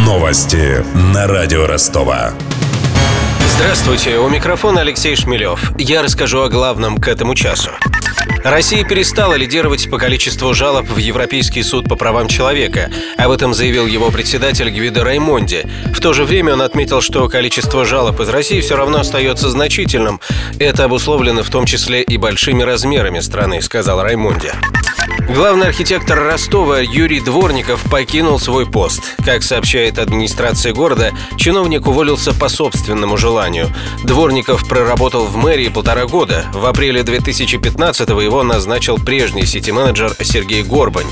Новости на радио Ростова. Здравствуйте, у микрофона Алексей Шмелев. Я расскажу о главном к этому часу. Россия перестала лидировать по количеству жалоб в Европейский суд по правам человека. Об этом заявил его председатель Гвидо Раймонди. В то же время он отметил, что количество жалоб из России все равно остается значительным. Это обусловлено в том числе и большими размерами страны, сказал Раймонди. Главный архитектор Ростова Юрий Дворников покинул свой пост. Как сообщает администрация города, чиновник уволился по собственному желанию. Дворников проработал в мэрии 1,5 года. В апреле 2015-го его назначил прежний сити-менеджер Сергей Горбань.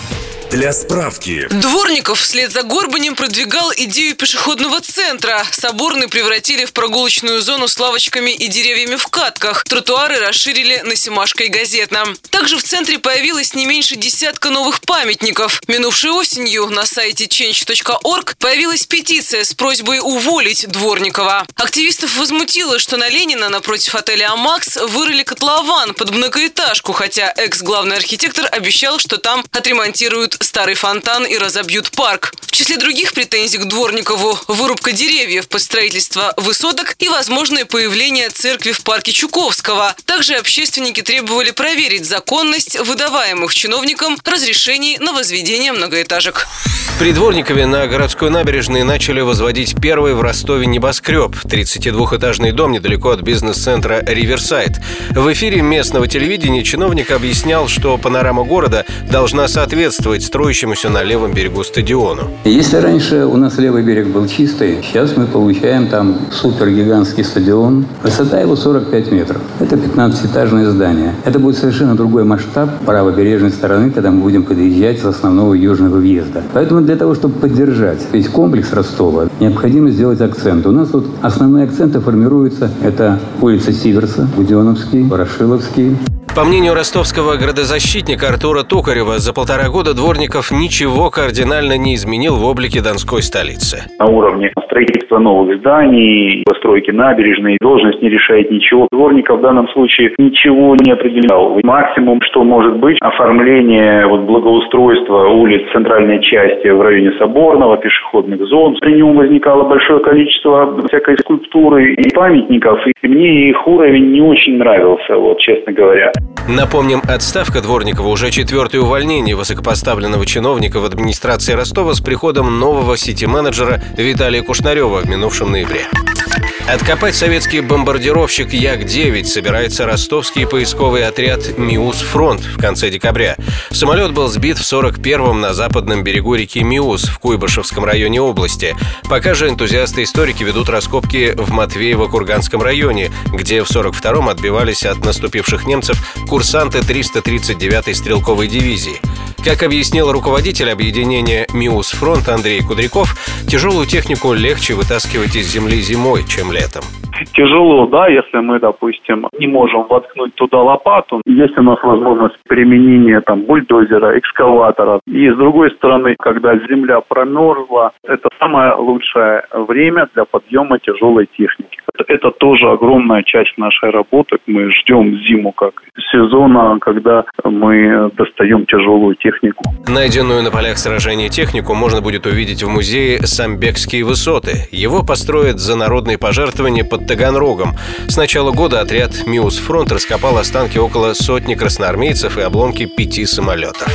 Для справки. Дворников вслед за Горбанем продвигал идею пешеходного центра. Соборный превратили в прогулочную зону с лавочками и деревьями в катках. Тротуары расширили на Семашко и Газетном. Также в центре появилось не меньше десятка новых памятников. Минувшей осенью на сайте change.org появилась петиция с просьбой уволить Дворникова. Активистов возмутило, что на Ленина напротив отеля «Амакс» вырыли котлован под многоэтажку, хотя экс-главный архитектор обещал, что там отремонтируют старый фонтан и разобьют парк. В числе других претензий к Дворникову – вырубка деревьев под строительство высоток и возможное появление церкви в парке Чуковского. Также общественники требовали проверить законность выдаваемых чиновникам разрешений на возведение многоэтажек. При Дворникове на городской набережной начали возводить первый в Ростове небоскреб – 32-этажный дом недалеко от бизнес-центра «Риверсайд». В эфире местного телевидения чиновник объяснял, что панорама города должна соответствовать строящемуся на левом берегу стадиону. Если раньше у нас левый берег был чистый, сейчас мы получаем там супергигантский стадион. Высота его 45 метров. Это 15-этажное здание. Это будет совершенно другой масштаб правобережной стороны, когда мы будем подъезжать с основного южного въезда. Поэтому для того, чтобы поддержать весь комплекс Ростова, необходимо сделать акценты. У нас тут основные акценты формируются. Это улица Сиверса, Буденновский, Ворошиловский. По мнению ростовского градозащитника Артура Токарева, за 1,5 года Дворников ничего кардинально не изменил в облике донской столицы. На уровне строительства новых зданий, постройки набережной, должность не решает ничего. Дворников в данном случае ничего не определял. Максимум, что может быть, оформление благоустройства улиц центральной части в районе Соборного, пешеходных зон. При нем возникало большое количество всякой скульптуры и памятников, и мне их уровень не очень нравился, честно говоря. Напомним, отставка Дворникова уже 4-е увольнение высокопоставленного чиновника в администрации Ростова с приходом нового сити-менеджера Виталия Кушнарева в минувшем ноябре. Откопать советский бомбардировщик Як-9 собирается ростовский поисковый отряд «Миус Фронт» в конце декабря. Самолет был сбит в 41-м на западном берегу реки Миус в Куйбышевском районе области. Пока же энтузиасты-историки ведут раскопки в Матвеево-Курганском районе, где в 42-м отбивались от наступивших немцев курсанты 339-й стрелковой дивизии. Как объяснил руководитель объединения «Миус Фронт» Андрей Кудряков, тяжелую технику легче вытаскивать из земли зимой, чем летом. Тяжело, если мы, допустим, не можем воткнуть туда лопату. Есть у нас возможность применения бульдозера, экскаватора. И с другой стороны, когда земля промерзла, это самое лучшее время для подъема тяжелой техники. Это тоже огромная часть нашей работы. Мы ждем зиму как сезона, когда мы достаем тяжелую технику. Найденную на полях сражения технику можно будет увидеть в музее «Самбекские высоты». Его построят за народные пожертвования под Таганрогом. С начала года отряд «Миус Фронт» раскопал останки около 100 красноармейцев и обломки 5 самолетов.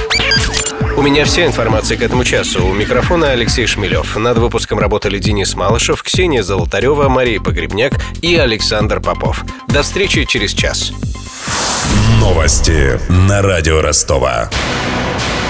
У меня вся информация к этому часу. У микрофона Алексей Шмелев. Над выпуском работали Денис Малышев, Ксения Золотарева, Мария Погребняк и Александр Попов. До встречи через час. Новости на радио Ростова.